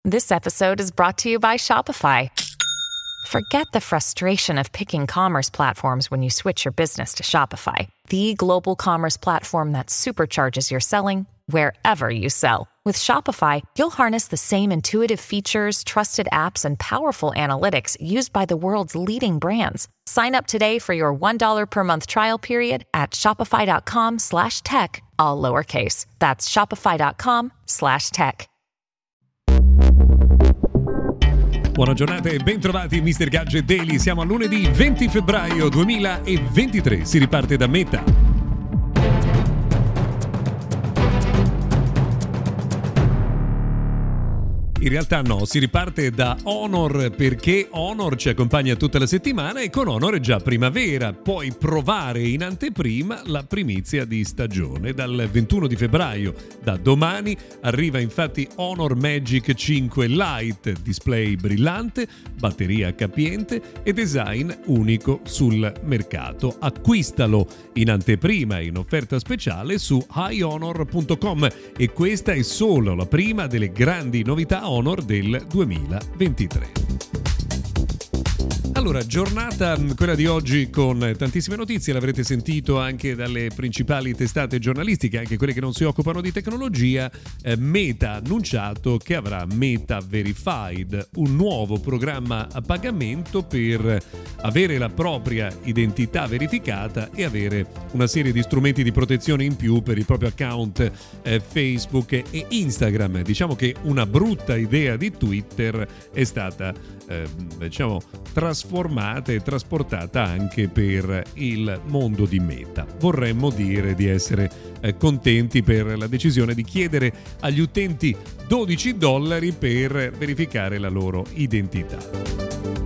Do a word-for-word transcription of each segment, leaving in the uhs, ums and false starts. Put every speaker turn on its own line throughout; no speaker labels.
This episode is brought to you by Shopify. Forget the frustration of picking commerce platforms when you switch your business to Shopify, the global commerce platform that supercharges your selling wherever you sell. With Shopify, you'll harness the same intuitive features, trusted apps, and powerful analytics used by the world's leading brands. Sign up today for your one dollar per month trial period at shopify.com slash tech, all lowercase. That's shopify.com slash tech.
Buona giornata e bentrovati in mister Gadget Daily. Siamo a lunedì venti febbraio duemilaventitré. Si riparte da Meta. In realtà no, si riparte da Honor perché Honor ci accompagna tutta la settimana e con Honor è già primavera. Puoi provare in anteprima la primizia di stagione dal ventuno di febbraio. Da domani arriva infatti Honor Magic cinque Lite, display brillante, batteria capiente e design unico sul mercato. Acquistalo in anteprima in offerta speciale su hi honor punto com e questa è solo la prima delle grandi novità Honor del duemilaventitré. Allora, giornata quella di oggi con tantissime notizie, l'avrete sentito anche dalle principali testate giornalistiche, anche quelle che non si occupano di tecnologia. eh, Meta ha annunciato che avrà Meta Verified, un nuovo programma a pagamento per avere la propria identità verificata e avere una serie di strumenti di protezione in più per il proprio account eh, Facebook e Instagram. Diciamo che una brutta idea di Twitter è stata eh, diciamo trasformata formata e trasportata anche per il mondo di Meta. Vorremmo dire di essere eh, contenti per la decisione di chiedere agli utenti dodici dollari per verificare la loro identità.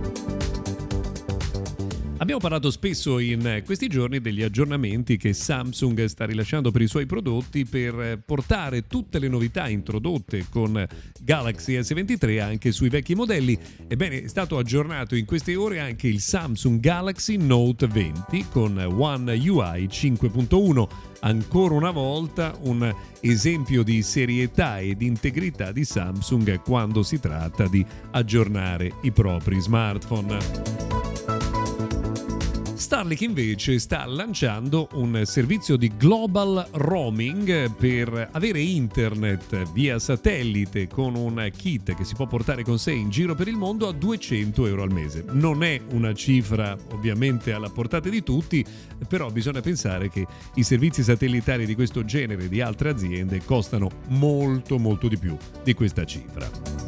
Abbiamo parlato spesso in questi giorni degli aggiornamenti che Samsung sta rilasciando per i suoi prodotti per portare tutte le novità introdotte con Galaxy S ventitré anche sui vecchi modelli. Ebbene, è stato aggiornato in queste ore anche il Samsung Galaxy Note venti con One U I cinque punto uno. Ancora una volta un esempio di serietà e di integrità di Samsung quando si tratta di aggiornare i propri smartphone. Starlink invece sta lanciando un servizio di global roaming per avere internet via satellite con un kit che si può portare con sé in giro per il mondo a duecento euro al mese. Non è una cifra ovviamente alla portata di tutti, però bisogna pensare che i servizi satellitari di questo genere di altre aziende costano molto molto di più di questa cifra.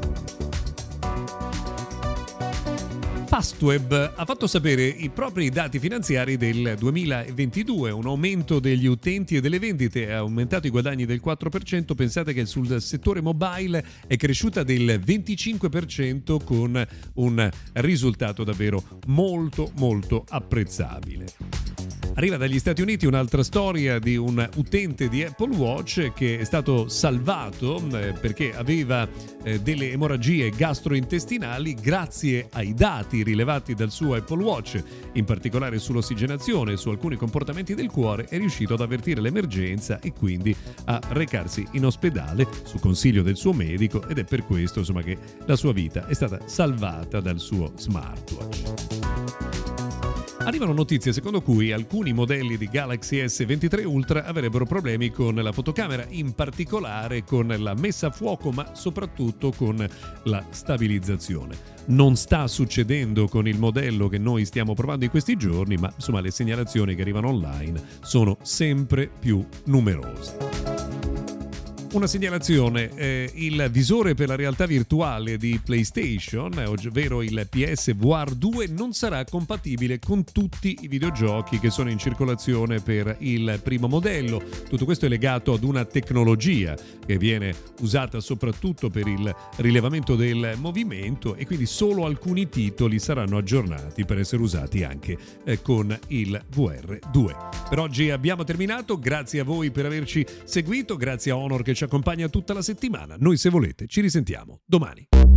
Fastweb ha fatto sapere i propri dati finanziari del duemilaventidue, un aumento degli utenti e delle vendite, ha aumentato i guadagni del quattro per cento, pensate che sul settore mobile è cresciuta del venticinque per cento con un risultato davvero molto molto apprezzabile. Arriva dagli Stati Uniti un'altra storia di un utente di Apple Watch che è stato salvato eh, perché aveva eh, delle emorragie gastrointestinali grazie ai dati rilevati dal suo Apple Watch, in particolare sull'ossigenazione e su alcuni comportamenti del cuore. È riuscito ad avvertire l'emergenza e quindi a recarsi in ospedale su consiglio del suo medico, ed è per questo insomma che la sua vita è stata salvata dal suo smartwatch. Arrivano notizie secondo cui alcuni modelli di Galaxy S ventitré Ultra avrebbero problemi con la fotocamera, in particolare con la messa a fuoco, ma soprattutto con la stabilizzazione. Non sta succedendo con il modello che noi stiamo provando in questi giorni, ma insomma le segnalazioni che arrivano online sono sempre più numerose. Una segnalazione, eh, il visore per la realtà virtuale di PlayStation, ovvero il P S V R due, non sarà compatibile con tutti i videogiochi che sono in circolazione per il primo modello. Tutto questo è legato ad una tecnologia che viene usata soprattutto per il rilevamento del movimento e quindi solo alcuni titoli saranno aggiornati per essere usati anche eh, con il V R due. Per oggi abbiamo terminato, grazie a voi per averci seguito, grazie a Honor che ci accompagna tutta la settimana. Noi, se volete, ci risentiamo domani.